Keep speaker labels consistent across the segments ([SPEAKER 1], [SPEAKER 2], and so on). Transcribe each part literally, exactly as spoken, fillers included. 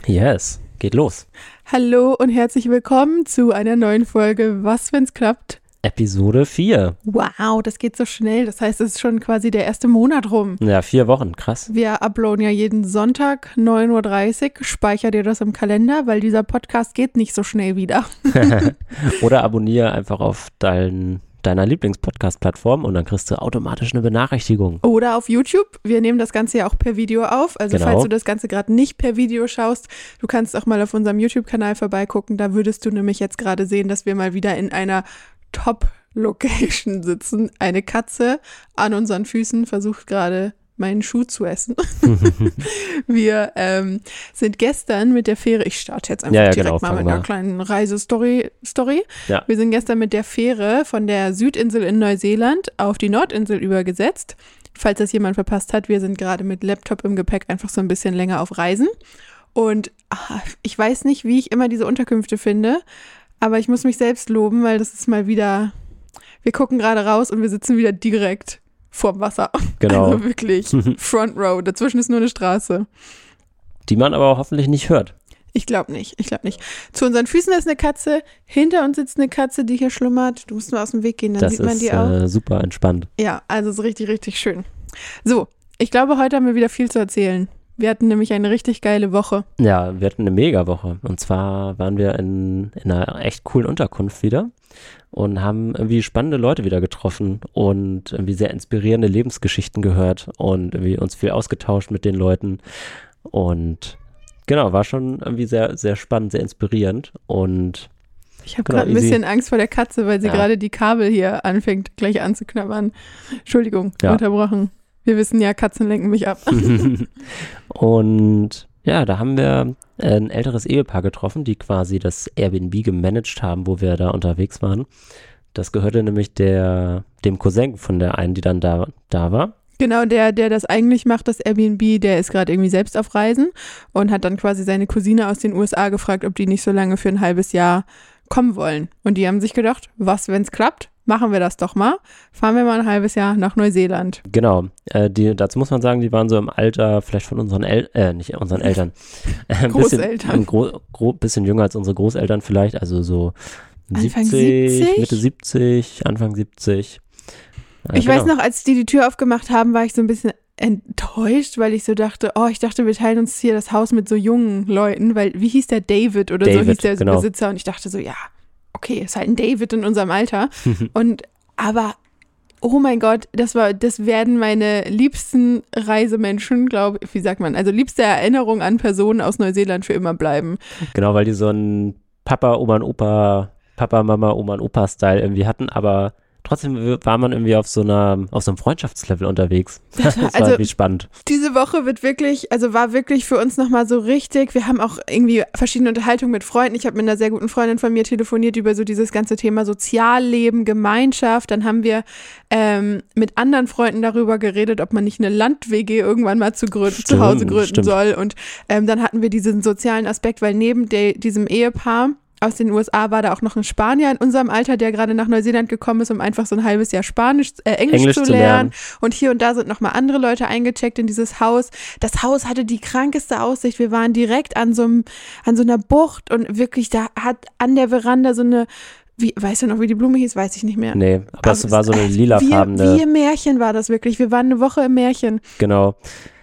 [SPEAKER 1] Yes, geht los.
[SPEAKER 2] Hallo und herzlich willkommen zu einer neuen Folge Was, wenn's klappt?
[SPEAKER 1] Episode vier.
[SPEAKER 2] Wow, das geht so schnell. Das heißt, es ist schon quasi der erste Monat rum.
[SPEAKER 1] Ja, vier Wochen, krass.
[SPEAKER 2] Wir uploaden ja jeden Sonntag neun Uhr dreißig. Speicher dir das im Kalender, weil dieser Podcast geht nicht so schnell wieder.
[SPEAKER 1] Oder abonniere einfach auf dein, deiner Lieblingspodcast-Plattform und dann kriegst du automatisch eine Benachrichtigung.
[SPEAKER 2] Oder auf YouTube. Wir nehmen das Ganze ja auch per Video auf. Also
[SPEAKER 1] Genau.
[SPEAKER 2] falls du das Ganze gerade nicht per Video schaust, du kannst auch mal auf unserem YouTube-Kanal vorbeigucken. Da würdest du nämlich jetzt gerade sehen, dass wir mal wieder in einer Top-Location sitzen. Eine Katze an unseren Füßen versucht gerade meinen Schuh zu essen. Wir ähm, sind gestern mit der Fähre, ich starte jetzt einfach
[SPEAKER 1] Ja, ja,
[SPEAKER 2] direkt
[SPEAKER 1] genau,
[SPEAKER 2] mal
[SPEAKER 1] fangen
[SPEAKER 2] mit
[SPEAKER 1] wir
[SPEAKER 2] einer
[SPEAKER 1] an.
[SPEAKER 2] kleinen Reisestory. Story.
[SPEAKER 1] Ja.
[SPEAKER 2] Wir sind gestern mit der Fähre von der Südinsel in Neuseeland auf die Nordinsel übergesetzt. Falls das jemand verpasst hat, wir sind gerade mit Laptop im Gepäck einfach so ein bisschen länger auf Reisen. Und ah, ich weiß nicht, wie ich immer diese Unterkünfte finde, aber ich muss mich selbst loben, weil das ist mal wieder, wir gucken gerade raus und wir sitzen wieder direkt vorm Wasser.
[SPEAKER 1] Genau.
[SPEAKER 2] Also wirklich Front Row, dazwischen ist nur eine Straße.
[SPEAKER 1] Die man aber hoffentlich nicht hört.
[SPEAKER 2] Ich glaube nicht, ich glaube nicht. Zu unseren Füßen ist eine Katze, hinter uns sitzt eine Katze, die hier schlummert. Du musst nur aus dem Weg gehen, dann
[SPEAKER 1] Das
[SPEAKER 2] sieht man
[SPEAKER 1] ist
[SPEAKER 2] die auch.
[SPEAKER 1] äh, super entspannt.
[SPEAKER 2] Ja, also es ist richtig, richtig schön. So, ich glaube, heute haben wir wieder viel zu erzählen. Wir hatten nämlich eine richtig geile Woche.
[SPEAKER 1] Ja, wir hatten eine Mega-Woche. Und zwar waren wir in, in einer echt coolen Unterkunft wieder und haben irgendwie spannende Leute wieder getroffen und irgendwie sehr inspirierende Lebensgeschichten gehört und irgendwie uns viel ausgetauscht mit den Leuten. Und genau, war schon irgendwie sehr, sehr spannend, sehr inspirierend. Und
[SPEAKER 2] Ich habe
[SPEAKER 1] Genau,
[SPEAKER 2] gerade ein
[SPEAKER 1] easy.
[SPEAKER 2] bisschen Angst vor der Katze, weil sie
[SPEAKER 1] Ja.
[SPEAKER 2] gerade die Kabel hier anfängt, gleich anzuknabbern. Entschuldigung,
[SPEAKER 1] Ja.
[SPEAKER 2] unterbrochen. Wir wissen ja, Katzen lenken mich ab.
[SPEAKER 1] Und ja, da haben wir ein älteres Ehepaar getroffen, die quasi das Airbnb gemanagt haben, wo wir da unterwegs waren. Das gehörte nämlich der, dem Cousin von der einen, die dann da, da war.
[SPEAKER 2] Genau, der, der das eigentlich macht, das Airbnb, der ist gerade irgendwie selbst auf Reisen und hat dann quasi seine Cousine aus den U S A gefragt, ob die nicht so lange für ein halbes Jahr kommen wollen. Und die haben sich gedacht, was, wenn es klappt? Machen wir das doch mal. Fahren wir mal ein halbes Jahr nach Neuseeland.
[SPEAKER 1] Genau, äh, die, dazu muss man sagen, die waren so im Alter vielleicht von unseren Eltern, äh, nicht unseren Eltern, ein
[SPEAKER 2] Großeltern.
[SPEAKER 1] bisschen, ein gro- gro- bisschen jünger als unsere Großeltern vielleicht, also so
[SPEAKER 2] Anfang
[SPEAKER 1] siebzig,
[SPEAKER 2] siebzig?
[SPEAKER 1] Mitte siebzig, Anfang siebzig. Äh,
[SPEAKER 2] Ich
[SPEAKER 1] genau.
[SPEAKER 2] weiß noch, als die die Tür aufgemacht haben, war ich so ein bisschen enttäuscht, weil ich so dachte, oh, ich dachte, wir teilen uns hier das Haus mit so jungen Leuten, weil, wie hieß der, David oder so
[SPEAKER 1] David,
[SPEAKER 2] hieß der
[SPEAKER 1] genau.
[SPEAKER 2] Besitzer und ich dachte so, ja, okay, ist halt ein David in unserem Alter und, aber, oh mein Gott, das war, das werden meine liebsten Reisemenschen, glaube ich, wie sagt man, also liebste Erinnerung an Personen aus Neuseeland für immer bleiben.
[SPEAKER 1] Genau, weil die so einen Papa, Oma und Opa, Papa, Mama, Oma und Opa-Style irgendwie hatten, aber trotzdem war man irgendwie auf so einer, auf so einem Freundschaftslevel unterwegs. Das war
[SPEAKER 2] Also-
[SPEAKER 1] irgendwie spannend.
[SPEAKER 2] Diese Woche wird wirklich, also war wirklich für uns nochmal so richtig, wir haben auch irgendwie verschiedene Unterhaltungen mit Freunden. Ich habe mit einer sehr guten Freundin von mir telefoniert über so dieses ganze Thema Sozialleben, Gemeinschaft. Dann haben wir ähm, mit anderen Freunden darüber geredet, ob man nicht eine Land-W G irgendwann mal zu, gründen, zu Hause gründen
[SPEAKER 1] stimmt.
[SPEAKER 2] soll. Und ähm, dann hatten wir diesen sozialen Aspekt, weil neben de, diesem Ehepaar aus den U S A war da auch noch ein Spanier in unserem Alter, der gerade nach Neuseeland gekommen ist, um einfach so ein halbes Jahr Spanisch, äh, Englisch,
[SPEAKER 1] Englisch
[SPEAKER 2] zu
[SPEAKER 1] zu
[SPEAKER 2] lernen.
[SPEAKER 1] lernen.
[SPEAKER 2] Und hier und da sind nochmal andere Leute eingecheckt in dieses Haus. Das Haus hatte die krankeste Aussicht. Wir waren direkt an so einem, an so einer Bucht und wirklich, da hat an der Veranda so eine, wie, weißt du noch, wie die Blume hieß? Weiß ich nicht mehr.
[SPEAKER 1] Nee, aber es war so eine
[SPEAKER 2] Wie,
[SPEAKER 1] lilafarbene,
[SPEAKER 2] wie im Märchen war das wirklich. Wir waren eine Woche im Märchen.
[SPEAKER 1] genau.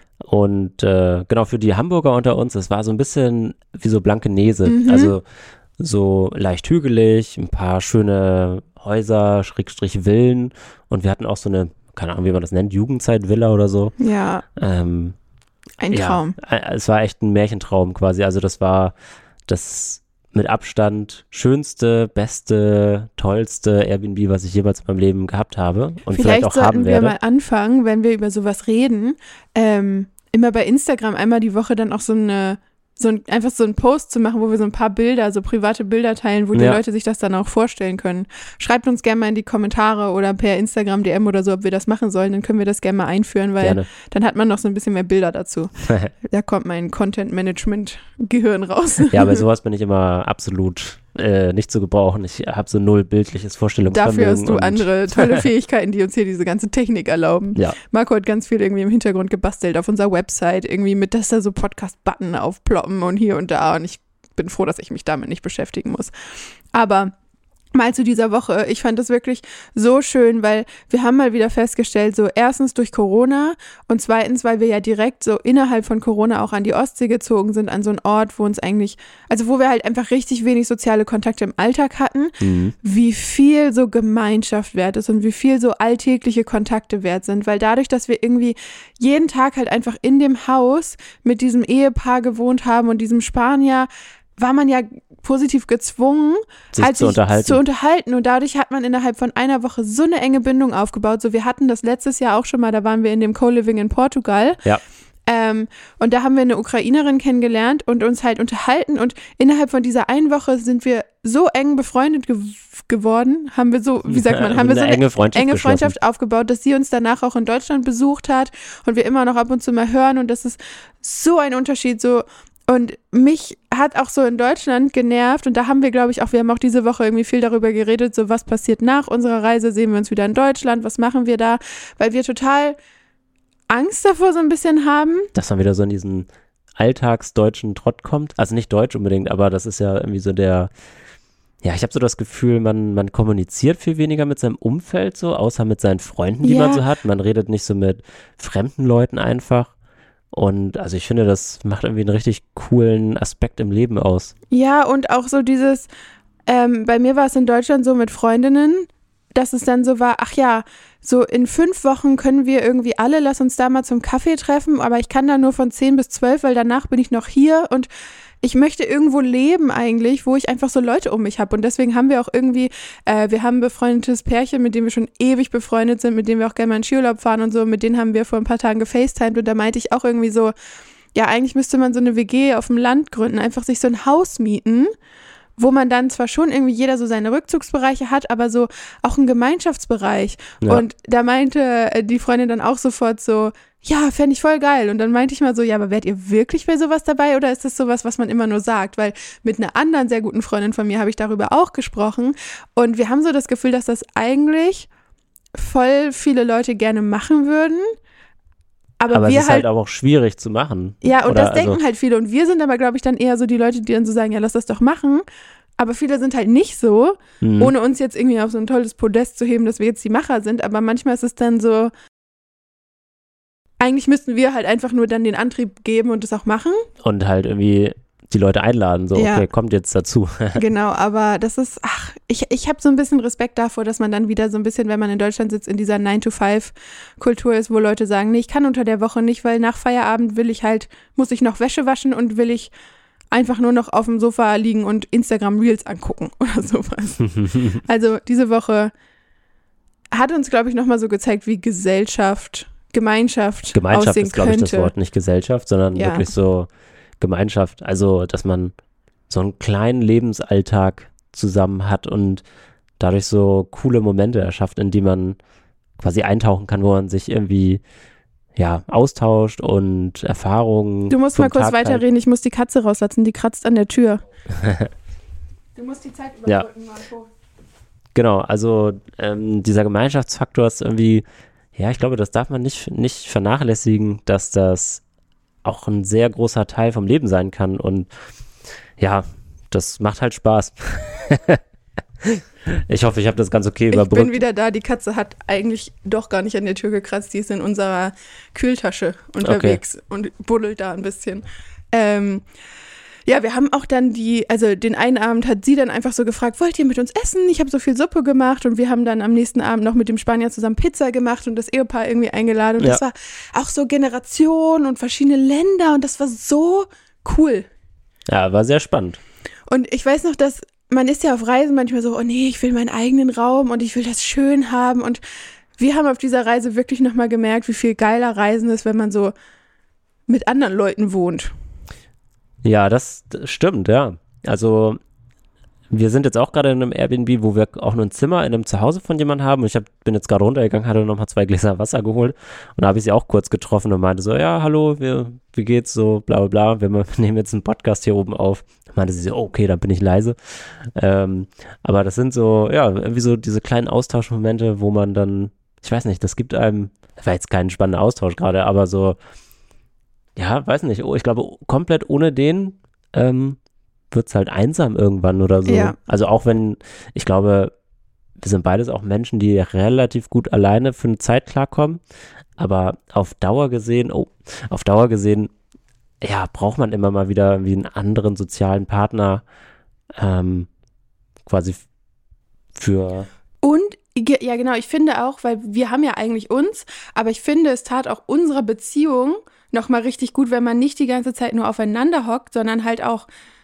[SPEAKER 1] Und äh, genau, für die Hamburger unter uns, es war so ein bisschen wie so Blankenese.
[SPEAKER 2] Mhm.
[SPEAKER 1] Also so leicht hügelig, ein paar schöne Häuser, Schrägstrich Villen und wir hatten auch so eine, keine Ahnung, wie man das nennt, Jugendzeit-Villa oder so.
[SPEAKER 2] Ja,
[SPEAKER 1] Ähm,
[SPEAKER 2] ein Traum.
[SPEAKER 1] Ja, äh, es war echt ein Märchentraum quasi. Also das war das mit Abstand schönste, beste, tollste Airbnb, was ich jemals in meinem Leben gehabt habe und vielleicht,
[SPEAKER 2] Vielleicht
[SPEAKER 1] auch
[SPEAKER 2] sollten
[SPEAKER 1] haben
[SPEAKER 2] wir
[SPEAKER 1] werde.
[SPEAKER 2] mal anfangen, wenn wir über sowas reden, ähm, immer bei Instagram einmal die Woche dann auch so eine so ein, einfach so einen Post zu machen, wo wir so ein paar Bilder, so private Bilder teilen, wo die
[SPEAKER 1] Ja.
[SPEAKER 2] Leute sich das dann auch vorstellen können. Schreibt uns gerne mal in die Kommentare oder per Instagram D M oder so, ob wir das machen sollen, dann können wir das gerne mal einführen, weil
[SPEAKER 1] Gerne.
[SPEAKER 2] dann hat man noch so ein bisschen mehr Bilder dazu. Da kommt mein Content-Management-Gehirn raus.
[SPEAKER 1] Ja, bei sowas bin ich immer absolut äh, nicht zu gebrauchen. Ich habe so null bildliches Vorstellungsvermögen.
[SPEAKER 2] Dafür hast du andere tolle Fähigkeiten, die uns hier diese ganze Technik erlauben.
[SPEAKER 1] Ja.
[SPEAKER 2] Marco hat ganz viel irgendwie im Hintergrund gebastelt auf unserer Website, irgendwie mit, dass da so Podcast-Button aufploppen und hier und da. Und ich bin froh, dass ich mich damit nicht beschäftigen muss. Aber mal zu dieser Woche. Ich fand das wirklich so schön, weil wir haben mal wieder festgestellt, so erstens durch Corona und zweitens, weil wir ja direkt so innerhalb von Corona auch an die Ostsee gezogen sind, an so einen Ort, wo uns eigentlich, also wo wir halt einfach richtig wenig soziale Kontakte im Alltag hatten, mhm. wie viel so Gemeinschaft wert ist und wie viel so alltägliche Kontakte wert sind, weil dadurch, dass wir irgendwie jeden Tag halt einfach in dem Haus mit diesem Ehepaar gewohnt haben und diesem Spanier, war man ja positiv gezwungen,
[SPEAKER 1] sich, halt zu, sich unterhalten.
[SPEAKER 2] zu unterhalten. Und dadurch hat man innerhalb von einer Woche so eine enge Bindung aufgebaut. So, wir hatten das letztes Jahr auch schon mal, da waren wir in dem Co-Living in Portugal.
[SPEAKER 1] Ja.
[SPEAKER 2] Ähm, und da haben wir eine Ukrainerin kennengelernt und uns halt unterhalten. Und innerhalb von dieser einen Woche sind wir so eng befreundet ge- geworden, haben wir so, wie sagt man, haben wir so eine enge Freundschaft, enge Freundschaft aufgebaut, dass sie uns danach auch in Deutschland besucht hat und wir immer noch ab und zu mal hören. Und das ist so ein Unterschied, so. Und mich hat auch so in Deutschland genervt und da haben wir, glaube ich, auch, wir haben auch diese Woche irgendwie viel darüber geredet, so was passiert nach unserer Reise, sehen wir uns wieder in Deutschland, was machen wir da, weil wir total Angst davor so ein bisschen haben.
[SPEAKER 1] Dass man wieder so in diesen alltagsdeutschen Trott kommt, also nicht deutsch unbedingt, aber das ist ja irgendwie so der, ja, ich habe so das Gefühl, man, man kommuniziert viel weniger mit seinem Umfeld so, außer mit seinen Freunden, die ja. man so hat, man redet nicht so mit fremden Leuten einfach. Und also ich finde, das macht irgendwie einen richtig coolen Aspekt im Leben aus.
[SPEAKER 2] Ja, und auch so dieses, ähm, bei mir war es in Deutschland so mit Freundinnen, dass es dann so war, ach ja, so in fünf Wochen können wir irgendwie alle, lass uns da mal zum Kaffee treffen, aber ich kann da nur von zehn bis zwölf, weil danach bin ich noch hier und ich möchte irgendwo leben eigentlich, wo ich einfach so Leute um mich habe und deswegen haben wir auch irgendwie, äh, wir haben ein befreundetes Pärchen, mit dem wir schon ewig befreundet sind, mit dem wir auch gerne mal in Skiurlaub fahren und so, mit denen haben wir vor ein paar Tagen gefacetimed und da meinte ich auch irgendwie so, ja eigentlich müsste man so eine W G auf dem Land gründen, einfach sich so ein Haus mieten, wo man dann zwar schon irgendwie jeder so seine Rückzugsbereiche hat, aber so auch einen Gemeinschaftsbereich. Ja. Und da meinte die Freundin dann auch sofort so, ja, fände ich voll geil. Und dann meinte ich mal so, ja, aber wärt ihr wirklich bei sowas dabei oder ist das sowas, was man immer nur sagt? Weil mit einer anderen sehr guten Freundin von mir habe ich darüber auch gesprochen und wir haben so das Gefühl, dass das eigentlich voll viele Leute gerne machen würden. Aber,
[SPEAKER 1] aber
[SPEAKER 2] wir
[SPEAKER 1] es ist halt, halt auch schwierig zu machen.
[SPEAKER 2] Ja, und
[SPEAKER 1] Oder
[SPEAKER 2] das denken
[SPEAKER 1] also
[SPEAKER 2] halt viele. Und wir sind aber, glaube ich, dann eher so die Leute, die dann so sagen, ja, lass das doch machen. Aber viele sind halt nicht so, mhm. ohne uns jetzt irgendwie auf so ein tolles Podest zu heben, dass wir jetzt die Macher sind. Aber manchmal ist es dann so, eigentlich müssten wir halt einfach nur dann den Antrieb geben und das auch machen.
[SPEAKER 1] Und halt irgendwie die Leute einladen, so, ja. okay, kommt jetzt dazu.
[SPEAKER 2] Genau, aber das ist, ach, ich, ich habe so ein bisschen Respekt davor, dass man dann wieder so ein bisschen, wenn man in Deutschland sitzt, in dieser nine to five Kultur ist, wo Leute sagen, nee, ich kann unter der Woche nicht, weil nach Feierabend will ich halt, muss ich noch Wäsche waschen und will ich einfach nur noch auf dem Sofa liegen und Instagram Reels angucken oder sowas. Also diese Woche hat uns, glaube ich, nochmal so gezeigt, wie Gesellschaft, Gemeinschaft
[SPEAKER 1] Gemeinschaft
[SPEAKER 2] aussehen
[SPEAKER 1] ist, glaube ich,
[SPEAKER 2] könnte.
[SPEAKER 1] das Wort, nicht Gesellschaft, sondern
[SPEAKER 2] ja.
[SPEAKER 1] wirklich so Gemeinschaft, also dass man so einen kleinen Lebensalltag zusammen hat und dadurch so coole Momente erschafft, in die man quasi eintauchen kann, wo man sich irgendwie ja austauscht und Erfahrungen.
[SPEAKER 2] Du musst mal kurz weiterreden, ich muss die Katze rauslassen, die kratzt an der Tür. Du musst die Zeit überbrücken, ja. Marco.
[SPEAKER 1] Genau, also ähm, dieser Gemeinschaftsfaktor ist irgendwie, ja, ich glaube, das darf man nicht, nicht vernachlässigen, dass das auch ein sehr großer Teil vom Leben sein kann und ja, das macht halt Spaß. Ich hoffe, ich habe das ganz okay überbrückt.
[SPEAKER 2] Ich bin wieder da, die Katze hat eigentlich doch gar nicht an der Tür gekratzt, die ist in unserer Kühltasche unterwegs okay. und buddelt da ein bisschen. Ähm, ja, wir haben auch dann die, also den einen Abend hat sie dann einfach so gefragt, wollt ihr mit uns essen? Ich habe so viel Suppe gemacht und wir haben dann am nächsten Abend noch mit dem Spanier zusammen Pizza gemacht und das Ehepaar irgendwie eingeladen und ja. das war auch so Generationen und verschiedene Länder und das war so cool.
[SPEAKER 1] Ja, war sehr spannend.
[SPEAKER 2] Und ich weiß noch, dass man ist ja auf Reisen manchmal so, oh nee, ich will meinen eigenen Raum und ich will das schön haben und wir haben auf dieser Reise wirklich nochmal gemerkt, wie viel geiler Reisen ist, wenn man so mit anderen Leuten wohnt.
[SPEAKER 1] Ja, das, das stimmt, ja. Also wir sind jetzt auch gerade in einem Airbnb, wo wir auch nur ein Zimmer in einem Zuhause von jemandem haben. Und ich hab, bin jetzt gerade runtergegangen, hatte nochmal zwei Gläser Wasser geholt und da habe ich sie auch kurz getroffen und meinte so, ja, hallo, wir, wie geht's so, bla bla bla. Wir nehmen jetzt einen Podcast hier oben auf. meinte sie so, oh, okay, dann bin ich leise. Ähm, aber das sind so, ja, irgendwie so diese kleinen Austauschmomente, wo man dann, ich weiß nicht, das gibt einem, das war jetzt kein spannender Austausch gerade, aber so, ja, weiß nicht, oh, ich glaube, komplett ohne den ähm, wird es halt einsam irgendwann oder so.
[SPEAKER 2] Ja.
[SPEAKER 1] Also auch wenn, ich glaube, wir sind beides auch Menschen, die relativ gut alleine für eine Zeit klarkommen, aber auf Dauer gesehen, oh, auf Dauer gesehen, ja, braucht man immer mal wieder wie einen anderen sozialen Partner ähm, quasi f- für,
[SPEAKER 2] Und, ge- ja genau, ich finde auch, weil wir haben ja eigentlich uns, aber ich finde, es tat auch unserer Beziehung nochmal richtig gut, wenn man nicht die ganze Zeit nur aufeinander hockt, sondern halt auch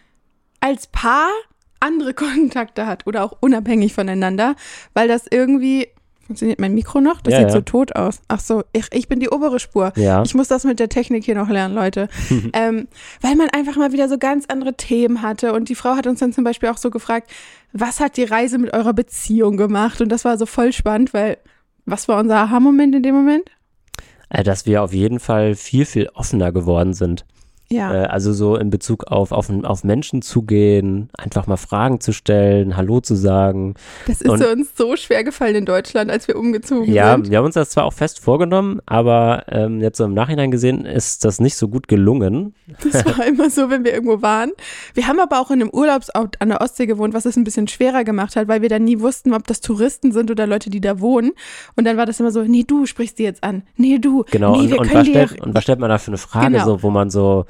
[SPEAKER 2] als Paar andere Kontakte hat oder auch unabhängig voneinander, weil das irgendwie, funktioniert mein Mikro noch? Das
[SPEAKER 1] Ja,
[SPEAKER 2] sieht
[SPEAKER 1] ja.
[SPEAKER 2] so tot aus. Ach so, ich, ich bin die obere Spur.
[SPEAKER 1] ja,
[SPEAKER 2] Ich muss das mit der Technik hier noch lernen, Leute. ähm, weil man einfach mal wieder so ganz andere Themen hatte. Und die Frau hat uns dann zum Beispiel auch so gefragt, was hat die Reise mit eurer Beziehung gemacht? Und das war so voll spannend, weil was war unser Aha-Moment in dem Moment?
[SPEAKER 1] äh, dass wir auf jeden Fall viel, viel offener geworden sind.
[SPEAKER 2] Ja.
[SPEAKER 1] Äh, also so in Bezug auf, auf, auf Menschen zugehen, einfach mal Fragen zu stellen, Hallo zu sagen.
[SPEAKER 2] Das ist
[SPEAKER 1] und-
[SPEAKER 2] so uns so schwer gefallen in Deutschland, als wir umgezogen
[SPEAKER 1] Ja,
[SPEAKER 2] sind.
[SPEAKER 1] wir haben uns das zwar auch fest vorgenommen, aber ähm, jetzt so im Nachhinein gesehen ist das nicht so gut gelungen.
[SPEAKER 2] Das war immer so, wenn wir irgendwo waren. Wir haben aber auch in einem Urlaubsort an der Ostsee gewohnt, was es ein bisschen schwerer gemacht hat, weil wir dann nie wussten, ob das Touristen sind oder Leute, die da wohnen. Und dann war das immer so, nee, du sprichst die jetzt an. Nee, du.
[SPEAKER 1] Genau,
[SPEAKER 2] nee,
[SPEAKER 1] und,
[SPEAKER 2] wir
[SPEAKER 1] und,
[SPEAKER 2] können
[SPEAKER 1] was
[SPEAKER 2] die
[SPEAKER 1] stellt,
[SPEAKER 2] ja-
[SPEAKER 1] und was stellt man da für eine Frage,
[SPEAKER 2] Genau.
[SPEAKER 1] so, wo man so,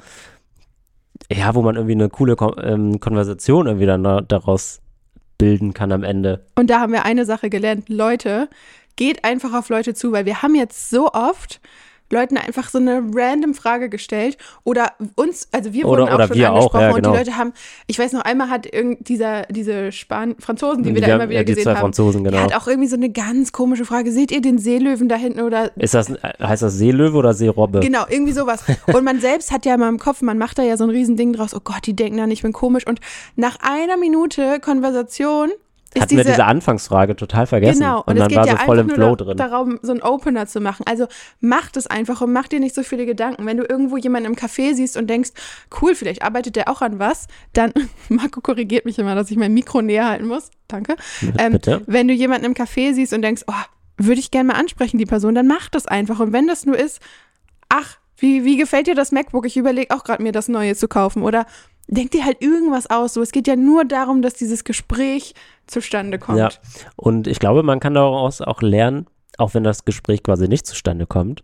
[SPEAKER 1] ja, wo man irgendwie eine coole Kon ähm, Konversation irgendwie dann da, daraus bilden kann am Ende.
[SPEAKER 2] Und da haben wir eine Sache gelernt. Leute, geht einfach auf Leute zu, weil wir haben jetzt so oft Leuten einfach so eine random Frage gestellt oder uns, also wir
[SPEAKER 1] Oder-
[SPEAKER 2] wurden auch
[SPEAKER 1] oder
[SPEAKER 2] schon
[SPEAKER 1] wir auch,
[SPEAKER 2] angesprochen
[SPEAKER 1] ja,
[SPEAKER 2] und
[SPEAKER 1] genau.
[SPEAKER 2] die Leute haben, ich weiß noch, einmal hat irgend dieser, diese Span Franzosen, die wir
[SPEAKER 1] Die
[SPEAKER 2] da
[SPEAKER 1] haben-
[SPEAKER 2] immer wieder
[SPEAKER 1] ja, die
[SPEAKER 2] gesehen
[SPEAKER 1] zwei
[SPEAKER 2] haben,
[SPEAKER 1] Franzosen, genau.
[SPEAKER 2] der hat auch irgendwie so eine ganz komische Frage. Seht ihr den Seelöwen da hinten oder
[SPEAKER 1] Ist das, heißt das Seelöwe oder Seerobbe?
[SPEAKER 2] genau, irgendwie sowas. Und man selbst hat ja immer im Kopf, man macht da ja so ein Riesending draus, oh Gott, die denken dann, ich bin komisch. Und nach einer Minute Konversation ist
[SPEAKER 1] Hatten wir
[SPEAKER 2] diese,
[SPEAKER 1] diese Anfangsfrage total vergessen.
[SPEAKER 2] genau,
[SPEAKER 1] und
[SPEAKER 2] und es
[SPEAKER 1] man
[SPEAKER 2] geht
[SPEAKER 1] war
[SPEAKER 2] ja
[SPEAKER 1] so voll im
[SPEAKER 2] einfach
[SPEAKER 1] Flow
[SPEAKER 2] nur
[SPEAKER 1] drin.
[SPEAKER 2] da, darum, so einen Opener zu machen. Also macht es einfach und mach dir nicht so viele Gedanken. Wenn du irgendwo jemanden im Café siehst und denkst, cool, vielleicht arbeitet der auch an was, dann, Marco korrigiert mich immer, dass ich mein Mikro näher halten muss. Danke. Ähm,
[SPEAKER 1] Bitte?
[SPEAKER 2] Wenn du jemanden im Café siehst und denkst, oh, würde ich gerne mal ansprechen, die Person, dann mach das einfach. Und wenn das nur ist, ach, wie, wie gefällt dir das MacBook? Ich überlege auch gerade, mir das Neue zu kaufen. Oder denk dir halt irgendwas aus. So, es geht ja nur darum, dass dieses Gespräch zustande kommt.
[SPEAKER 1] Ja, und ich glaube, man kann daraus auch lernen, auch wenn das Gespräch quasi nicht zustande kommt,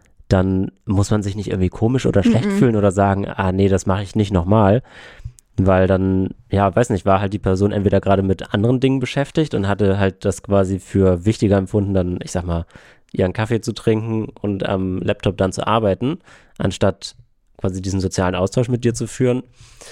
[SPEAKER 1] dann muss man sich nicht irgendwie komisch oder schlecht
[SPEAKER 2] Mhm.
[SPEAKER 1] fühlen oder sagen, ah nee, das mache ich nicht nochmal, weil dann, ja, weiß nicht, war halt die Person entweder gerade mit anderen Dingen beschäftigt und hatte halt das quasi für wichtiger empfunden, dann, ich sag mal, ihren Kaffee zu trinken und am Laptop dann zu arbeiten, anstatt quasi diesen sozialen Austausch mit dir zu führen.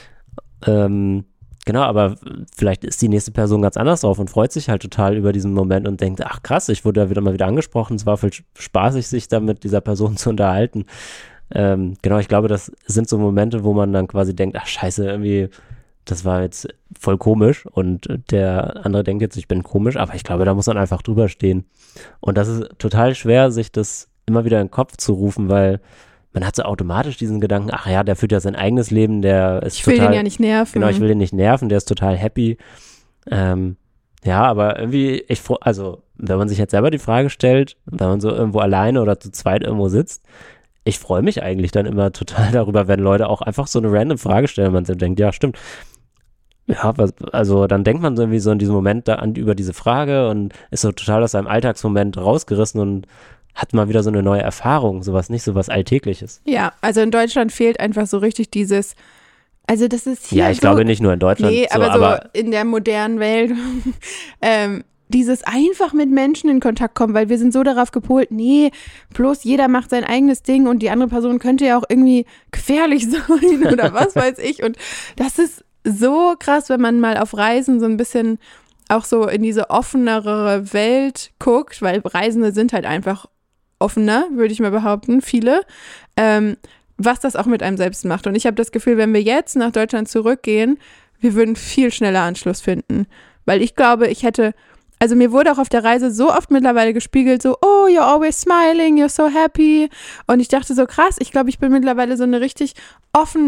[SPEAKER 1] Ähm, Genau, aber vielleicht ist die nächste Person ganz anders drauf und freut sich halt total über diesen Moment und denkt, ach krass, ich wurde da wieder mal wieder angesprochen, es war voll spaßig, sich da mit dieser Person zu unterhalten. Ähm, genau, ich glaube, das sind so Momente, wo man dann quasi denkt, ach scheiße, irgendwie, das war jetzt voll komisch und der andere denkt jetzt, ich bin komisch, aber ich glaube, da muss man einfach drüber stehen. Und das ist total schwer, sich das immer wieder in den Kopf zu rufen, weil man hat so automatisch diesen Gedanken, ach ja, der führt ja sein eigenes Leben, der ist
[SPEAKER 2] Ich will
[SPEAKER 1] total,
[SPEAKER 2] den ja nicht nerven.
[SPEAKER 1] genau, ich will den nicht nerven, der ist total happy. Ähm, ja, aber irgendwie, ich, fro- also, wenn man sich jetzt selber die Frage stellt, wenn man so irgendwo alleine oder zu zweit irgendwo sitzt, ich freue mich eigentlich dann immer total darüber, wenn Leute auch einfach so eine random Frage stellen und man so denkt, ja, stimmt. Ja, was, also dann denkt man so irgendwie so in diesem Moment da an über diese Frage und ist so total aus seinem Alltagsmoment rausgerissen und hat mal wieder so eine neue Erfahrung, sowas nicht, sowas Alltägliches.
[SPEAKER 2] Ja, also in Deutschland fehlt einfach so richtig dieses, also das ist hier
[SPEAKER 1] Ja, ich
[SPEAKER 2] so,
[SPEAKER 1] glaube nicht nur in Deutschland,
[SPEAKER 2] nee,
[SPEAKER 1] so,
[SPEAKER 2] aber so
[SPEAKER 1] aber
[SPEAKER 2] in der modernen Welt, ähm, dieses einfach mit Menschen in Kontakt kommen, weil wir sind so darauf gepolt, nee, bloß jeder macht sein eigenes Ding und die andere Person könnte ja auch irgendwie gefährlich sein oder was weiß ich. Und das ist so krass, wenn man mal auf Reisen so ein bisschen auch so in diese offenere Welt guckt, weil Reisende sind halt einfach offener, würde ich mal behaupten, viele, ähm, was das auch mit einem selbst macht. Und ich habe das Gefühl, wenn wir jetzt nach Deutschland zurückgehen, wir würden viel schneller Anschluss finden. Weil ich glaube, ich hätte, also mir wurde auch auf der Reise so oft mittlerweile gespiegelt, so, oh, you're always smiling, you're so happy. Und ich dachte so, krass, ich glaube, ich bin mittlerweile so eine richtig offene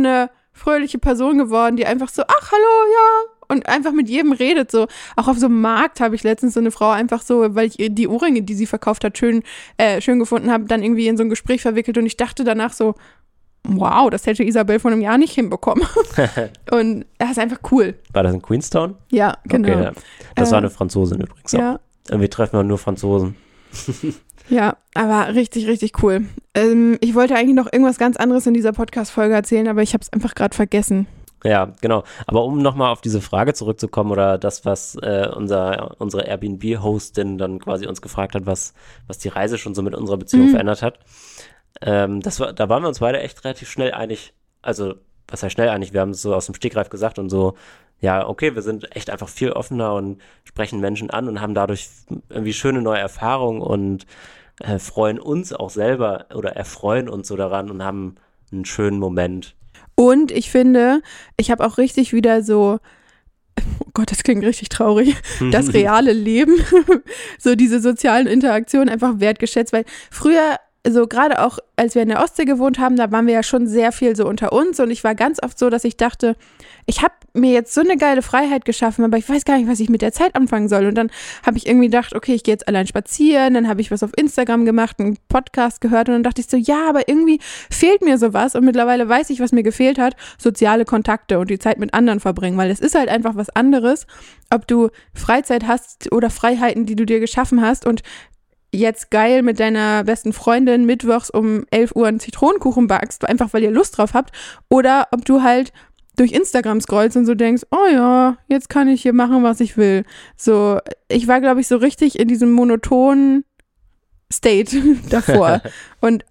[SPEAKER 2] fröhliche Person geworden, die einfach so, ach, hallo, ja, und einfach mit jedem redet, so. Auch auf so einem Markt habe ich letztens so eine Frau einfach so, weil ich ihr die Ohrringe, die sie verkauft hat, schön, äh, schön gefunden habe, dann irgendwie in so ein Gespräch verwickelt und ich dachte danach so, wow, das hätte Isabel vor einem Jahr nicht hinbekommen. Und das ist einfach cool.
[SPEAKER 1] War das in Queenstown?
[SPEAKER 2] Ja, genau.
[SPEAKER 1] Okay, ja. Das
[SPEAKER 2] äh,
[SPEAKER 1] war eine Franzosin übrigens auch.
[SPEAKER 2] Ja.
[SPEAKER 1] Irgendwie treffen wir nur Franzosen.
[SPEAKER 2] Ja, aber richtig, richtig cool. Ähm, ich wollte eigentlich noch irgendwas ganz anderes in dieser Podcast-Folge erzählen, aber ich habe es einfach gerade vergessen.
[SPEAKER 1] Ja, genau. Aber um nochmal auf diese Frage zurückzukommen oder das, was äh, unser, unsere Airbnb-Hostin dann quasi uns gefragt hat, was, was die Reise schon so mit unserer Beziehung
[SPEAKER 2] Mhm.
[SPEAKER 1] verändert hat. Ähm, das war, da waren wir uns beide echt relativ schnell einig. Also, was heißt schnell einig? Wir haben es so aus dem Stegreif gesagt und so, ja, okay, wir sind echt einfach viel offener und sprechen Menschen an und haben dadurch irgendwie schöne neue Erfahrungen und äh, freuen uns auch selber oder erfreuen uns so daran und haben einen schönen Moment.
[SPEAKER 2] Und ich finde, ich habe auch richtig wieder so, oh Gott, das klingt richtig traurig, das reale Leben, so diese sozialen Interaktionen einfach wertgeschätzt, weil früher, so gerade auch, als wir in der Ostsee gewohnt haben, da waren wir ja schon sehr viel so unter uns und ich war ganz oft so, dass ich dachte, ich habe mir jetzt so eine geile Freiheit geschaffen, aber ich weiß gar nicht, was ich mit der Zeit anfangen soll. Und dann habe ich irgendwie gedacht, okay, ich gehe jetzt allein spazieren, dann habe ich was auf Instagram gemacht, einen Podcast gehört und dann dachte ich so, ja, aber irgendwie fehlt mir sowas und mittlerweile weiß ich, was mir gefehlt hat, soziale Kontakte und die Zeit mit anderen verbringen, weil es ist halt einfach was anderes, ob du Freizeit hast oder Freiheiten, die du dir geschaffen hast und jetzt geil mit deiner besten Freundin mittwochs um elf Uhr einen Zitronenkuchen backst, einfach weil ihr Lust drauf habt, oder ob du halt durch Instagram scrollst und so denkst, oh ja, jetzt kann ich hier machen, was ich will. So, ich war, glaube ich, so richtig in diesem monotonen State davor. Und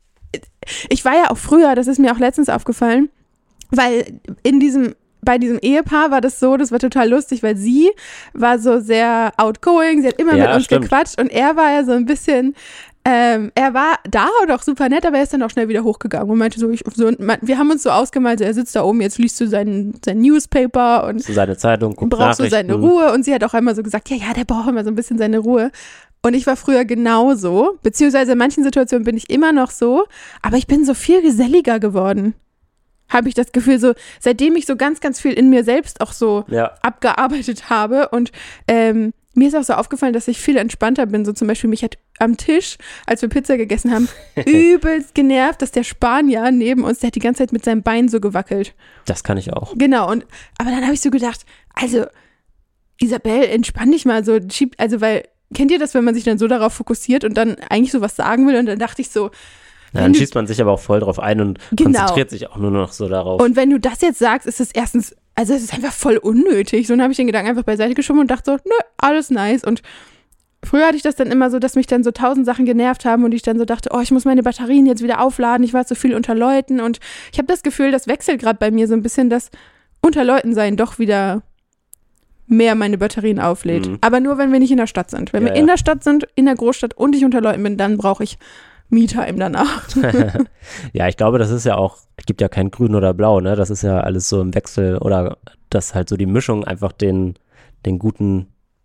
[SPEAKER 2] ich war ja auch früher, das ist mir auch letztens aufgefallen, weil in diesem bei diesem Ehepaar war das so, das war total lustig, weil sie war so sehr outgoing, sie hat immer
[SPEAKER 1] Ja,
[SPEAKER 2] mit uns
[SPEAKER 1] stimmt.
[SPEAKER 2] gequatscht und er war ja so ein bisschen, ähm, er war da und auch super nett, aber er ist dann auch schnell wieder hochgegangen und meinte so, ich, so und man, wir haben uns so ausgemalt, so, er sitzt da oben, jetzt liest du sein, sein Newspaper und
[SPEAKER 1] So seine Zeitung, guckt
[SPEAKER 2] braucht so seine
[SPEAKER 1] Nachrichten.
[SPEAKER 2] Ruhe und sie hat auch einmal so gesagt, ja, ja, der braucht immer so ein bisschen seine Ruhe. Und ich war früher genauso, beziehungsweise in manchen Situationen bin ich immer noch so, aber ich bin so viel geselliger geworden. Habe ich das Gefühl, so seitdem ich so ganz, ganz viel in mir selbst auch so
[SPEAKER 1] Ja,
[SPEAKER 2] abgearbeitet habe und ähm, mir ist auch so aufgefallen, dass ich viel entspannter bin. So zum Beispiel mich hat am Tisch, als wir Pizza gegessen haben, übelst genervt, dass der Spanier neben uns, der hat die ganze Zeit mit seinem Bein so gewackelt.
[SPEAKER 1] das kann ich auch.
[SPEAKER 2] Genau, und aber dann habe ich so gedacht, also Isabel, entspann dich mal so, schieb, also weil, kennt ihr das, wenn man sich dann so darauf fokussiert und dann eigentlich so was sagen will und dann dachte ich so,
[SPEAKER 1] Ja,
[SPEAKER 2] wenn
[SPEAKER 1] dann
[SPEAKER 2] du-
[SPEAKER 1] schießt man sich aber auch voll drauf ein und
[SPEAKER 2] Genau.
[SPEAKER 1] konzentriert sich auch nur noch so darauf.
[SPEAKER 2] und wenn du das jetzt sagst, ist es erstens, also es ist einfach voll unnötig. So, dann habe ich den Gedanken einfach beiseite geschoben und dachte so, nö, alles nice. Und früher hatte ich das dann immer so, dass mich dann so tausend Sachen genervt haben und ich dann so dachte, oh, ich muss meine Batterien jetzt wieder aufladen, ich war so viel unter Leuten und ich habe das Gefühl, das wechselt gerade bei mir so ein bisschen, dass unter Leuten sein doch wieder mehr meine Batterien auflädt.
[SPEAKER 1] Mhm.
[SPEAKER 2] Aber nur, wenn wir nicht in der Stadt sind. Wenn
[SPEAKER 1] Ja,
[SPEAKER 2] wir
[SPEAKER 1] ja.
[SPEAKER 2] in der Stadt sind, in der Großstadt und ich unter Leuten bin, dann brauche ich Me-Time danach.
[SPEAKER 1] Ja, ich glaube, das ist ja auch, es gibt ja kein Grün oder Blau, ne? Das ist ja alles so im Wechsel oder dass halt so die Mischung einfach den, den guten,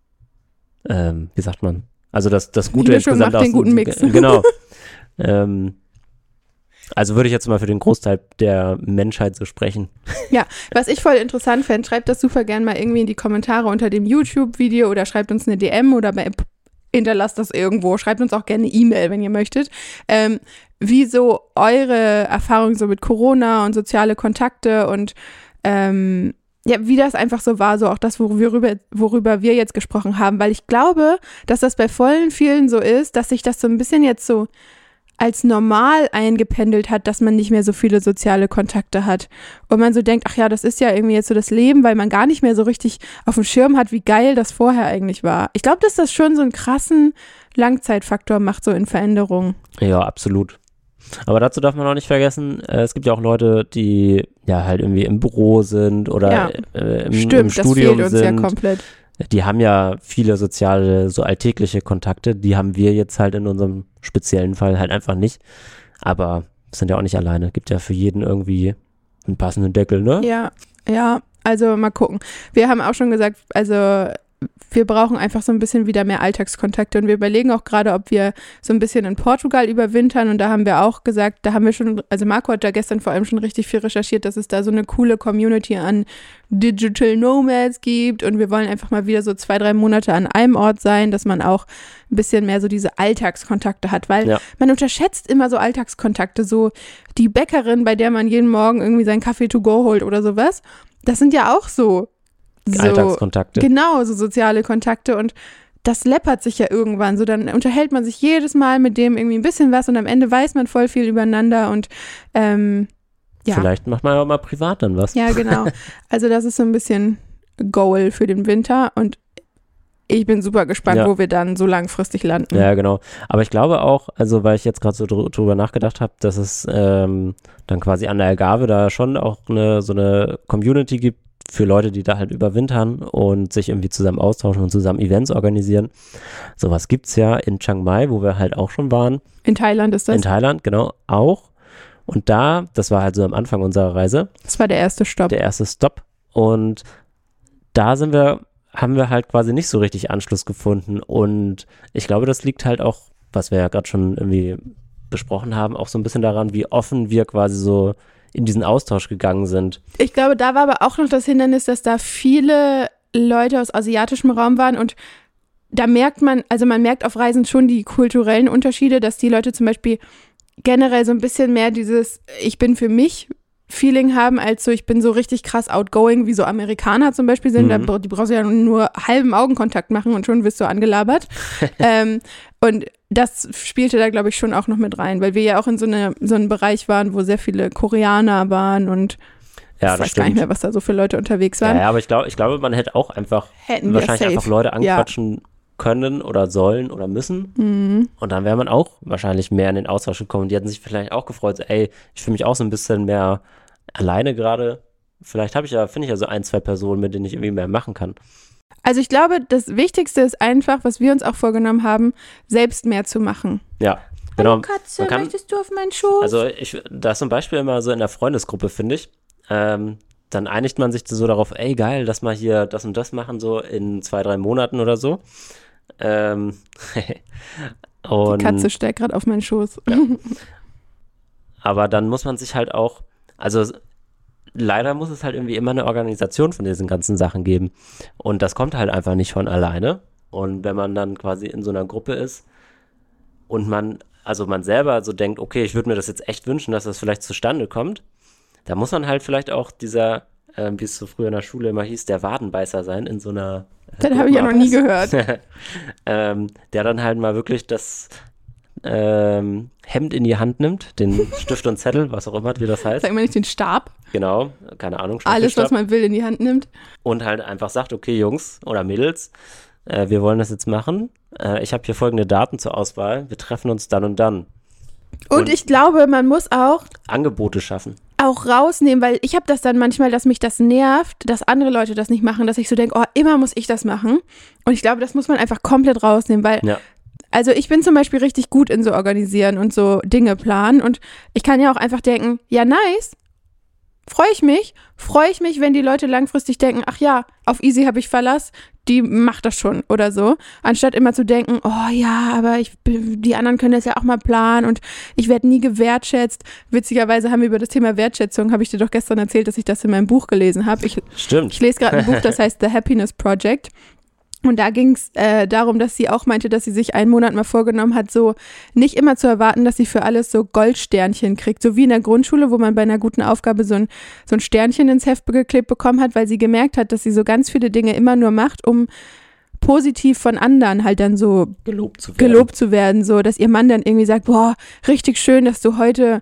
[SPEAKER 1] ähm, wie sagt man? Also das, das Gute
[SPEAKER 2] Mischung
[SPEAKER 1] insgesamt
[SPEAKER 2] macht den
[SPEAKER 1] aus-
[SPEAKER 2] guten Mix.
[SPEAKER 1] Genau. ähm, also würde ich jetzt mal für den Großteil der Menschheit so sprechen.
[SPEAKER 2] Was ich voll interessant fände, schreibt das super gern mal irgendwie in die Kommentare unter dem YouTube-Video oder schreibt uns eine D M oder bei, hinterlasst das irgendwo. Schreibt uns auch gerne eine E-Mail, wenn ihr möchtet. Ähm, wie so eure Erfahrungen so mit Corona und soziale Kontakte und ähm, ja, wie das einfach so war, so auch das, worüber, worüber wir jetzt gesprochen haben. Weil ich glaube, dass das bei vollen vielen so ist, dass sich das so ein bisschen jetzt so als normal eingependelt hat, dass man nicht mehr so viele soziale Kontakte hat. Und man so denkt, ach ja, das ist ja irgendwie jetzt so das Leben, weil man gar nicht mehr so richtig auf dem Schirm hat, wie geil das vorher eigentlich war. Ich glaube, dass das schon so einen krassen Langzeitfaktor macht, so in Veränderungen.
[SPEAKER 1] Ja, absolut. Aber dazu darf man auch nicht vergessen, äh, es gibt ja auch Leute, die ja halt irgendwie im Büro sind oder
[SPEAKER 2] Ja.
[SPEAKER 1] äh, im,
[SPEAKER 2] Stimmt,
[SPEAKER 1] im
[SPEAKER 2] das
[SPEAKER 1] Studium
[SPEAKER 2] fehlt uns
[SPEAKER 1] sind.
[SPEAKER 2] ja komplett.
[SPEAKER 1] Die haben ja viele soziale, so alltägliche Kontakte, die haben wir jetzt halt in unserem speziellen Fall halt einfach nicht. Aber sind ja auch nicht alleine. Gibt ja für jeden irgendwie einen passenden Deckel, ne?
[SPEAKER 2] Ja, ja, also mal gucken. Wir haben auch schon gesagt, also wir brauchen einfach so ein bisschen wieder mehr Alltagskontakte und wir überlegen auch gerade, ob wir so ein bisschen in Portugal überwintern und da haben wir auch gesagt, da haben wir schon, also Marco hat da gestern vor allem schon richtig viel recherchiert, dass es da so eine coole Community an Digital Nomads gibt und wir wollen einfach mal wieder so zwei, drei Monate an einem Ort sein, dass man auch ein bisschen mehr so diese Alltagskontakte hat, weil ja. man unterschätzt immer so Alltagskontakte, so die Bäckerin, bei der man jeden Morgen irgendwie seinen Kaffee to go holt oder sowas, das sind ja auch so So,
[SPEAKER 1] Alltagskontakte.
[SPEAKER 2] Genau, so soziale Kontakte und das läppert sich ja irgendwann. So, dann unterhält man sich jedes Mal mit dem irgendwie ein bisschen was und am Ende weiß man voll viel übereinander und ähm, ja.
[SPEAKER 1] Vielleicht macht man auch mal privat dann was.
[SPEAKER 2] Ja, genau. Also das ist so ein bisschen Goal für den Winter und ich bin super gespannt, ja. wo wir dann so langfristig landen.
[SPEAKER 1] Ja, genau. Aber ich glaube auch, also weil ich jetzt gerade so dr- drüber nachgedacht habe, dass es ähm, dann quasi an der Algarve da schon auch eine so eine Community gibt, für Leute, die da halt überwintern und sich irgendwie zusammen austauschen und zusammen Events organisieren. Sowas gibt's ja in Chiang Mai, wo wir halt auch schon waren.
[SPEAKER 2] In Thailand ist das?
[SPEAKER 1] In Thailand, genau, auch. Und da, das war halt so am Anfang unserer Reise.
[SPEAKER 2] Das war der erste Stopp.
[SPEAKER 1] Der erste Stopp. Und da sind wir, haben wir halt quasi nicht so richtig Anschluss gefunden. Und ich glaube, das liegt halt auch, was wir ja gerade schon irgendwie besprochen haben, auch so ein bisschen daran, wie offen wir quasi so in diesen Austausch gegangen sind.
[SPEAKER 2] Ich glaube, da war aber auch noch das Hindernis, dass da viele Leute aus asiatischem Raum waren und da merkt man, also man merkt auf Reisen schon die kulturellen Unterschiede, dass die Leute zum Beispiel generell so ein bisschen mehr dieses Ich bin für mich Feeling haben, als so ich bin so richtig krass outgoing, wie so Amerikaner zum Beispiel sind. Mhm. Da, die brauchst du ja nur halben Augenkontakt machen und schon wirst du angelabert. ähm, und das spielte da, glaube ich, schon auch noch mit rein, weil wir ja auch in so, eine, so einem Bereich waren, wo sehr viele Koreaner waren und
[SPEAKER 1] ja,
[SPEAKER 2] ich weiß
[SPEAKER 1] stimmt.
[SPEAKER 2] gar nicht mehr, was da so für Leute unterwegs waren.
[SPEAKER 1] Ja, ja aber ich glaube, ich glaube, man hätte auch einfach
[SPEAKER 2] Hätten
[SPEAKER 1] wahrscheinlich
[SPEAKER 2] safe.
[SPEAKER 1] einfach Leute anquatschen ja. können oder sollen oder müssen.
[SPEAKER 2] Mhm.
[SPEAKER 1] Und dann wäre man auch wahrscheinlich mehr in den Austausch gekommen. Die hätten sich vielleicht auch gefreut, so, ey, ich fühle mich auch so ein bisschen mehr alleine gerade. Vielleicht habe ich ja, finde ich ja so ein, zwei Personen, mit denen ich irgendwie mehr machen kann.
[SPEAKER 2] Also ich glaube, das Wichtigste ist einfach, was wir uns auch vorgenommen haben, selbst mehr zu machen.
[SPEAKER 1] Ja, genau.
[SPEAKER 2] Hallo Katze, kann, möchtest du auf meinen Schoß?
[SPEAKER 1] Also ich, da ist zum Beispiel immer so in der Freundesgruppe, finde ich, ähm, dann einigt man sich so darauf, ey geil, lass mal hier das und das machen, so in zwei, drei Monaten oder so. Ähm, und,
[SPEAKER 2] Die Katze steigt gerade auf meinen Schoß.
[SPEAKER 1] Ja. Aber dann muss man sich halt auch, also leider muss es halt irgendwie immer eine Organisation von diesen ganzen Sachen geben. Und das kommt halt einfach nicht von alleine. Und wenn man dann quasi in so einer Gruppe ist und man, also man selber so denkt, okay, ich würde mir das jetzt echt wünschen, dass das vielleicht zustande kommt, da muss man halt vielleicht auch dieser, äh, wie es so früher in der Schule immer hieß, der Wadenbeißer sein in so einer
[SPEAKER 2] äh, Das habe ich ja noch nie gehört.
[SPEAKER 1] ähm, der dann halt mal wirklich das ähm, Hemd in die Hand nimmt, den Stift und Zettel, was auch immer, wie das heißt.
[SPEAKER 2] Sag mal nicht den Stab.
[SPEAKER 1] Genau, keine Ahnung.
[SPEAKER 2] Alles, was man will, in die Hand nimmt.
[SPEAKER 1] Und halt einfach sagt, okay, Jungs oder Mädels, äh, wir wollen das jetzt machen. Äh, ich habe hier folgende Daten zur Auswahl. Wir treffen uns dann und dann.
[SPEAKER 2] Und, und ich glaube, man muss auch
[SPEAKER 1] Angebote schaffen.
[SPEAKER 2] Auch rausnehmen, weil ich habe das dann manchmal, dass mich das nervt, dass andere Leute das nicht machen, dass ich so denke, oh, immer muss ich das machen. Und ich glaube, das muss man einfach komplett rausnehmen, weil
[SPEAKER 1] ja.
[SPEAKER 2] Also ich bin zum Beispiel richtig gut in so Organisieren und so Dinge planen und ich kann ja auch einfach denken, ja nice, freue ich mich, freue ich mich, wenn die Leute langfristig denken, ach ja, auf Easy habe ich Verlass, die macht das schon oder so, anstatt immer zu denken, oh ja, aber ich, die anderen können das ja auch mal planen und ich werde nie gewertschätzt. Witzigerweise haben wir über das Thema Wertschätzung, habe ich dir doch gestern erzählt, dass ich das in meinem Buch gelesen habe. Ich,
[SPEAKER 1] Stimmt.
[SPEAKER 2] Ich lese gerade ein Buch, das heißt The Happiness Project. Und da ging es äh, darum, dass sie auch meinte, dass sie sich einen Monat mal vorgenommen hat, so nicht immer zu erwarten, dass sie für alles so Goldsternchen kriegt. So wie in der Grundschule, wo man bei einer guten Aufgabe so ein, so ein Sternchen ins Heft geklebt bekommen hat, weil sie gemerkt hat, dass sie so ganz viele Dinge immer nur macht, um positiv von anderen halt dann so
[SPEAKER 1] gelobt zu werden.
[SPEAKER 2] Gelobt zu werden, so dass ihr Mann dann irgendwie sagt, boah, richtig schön, dass du heute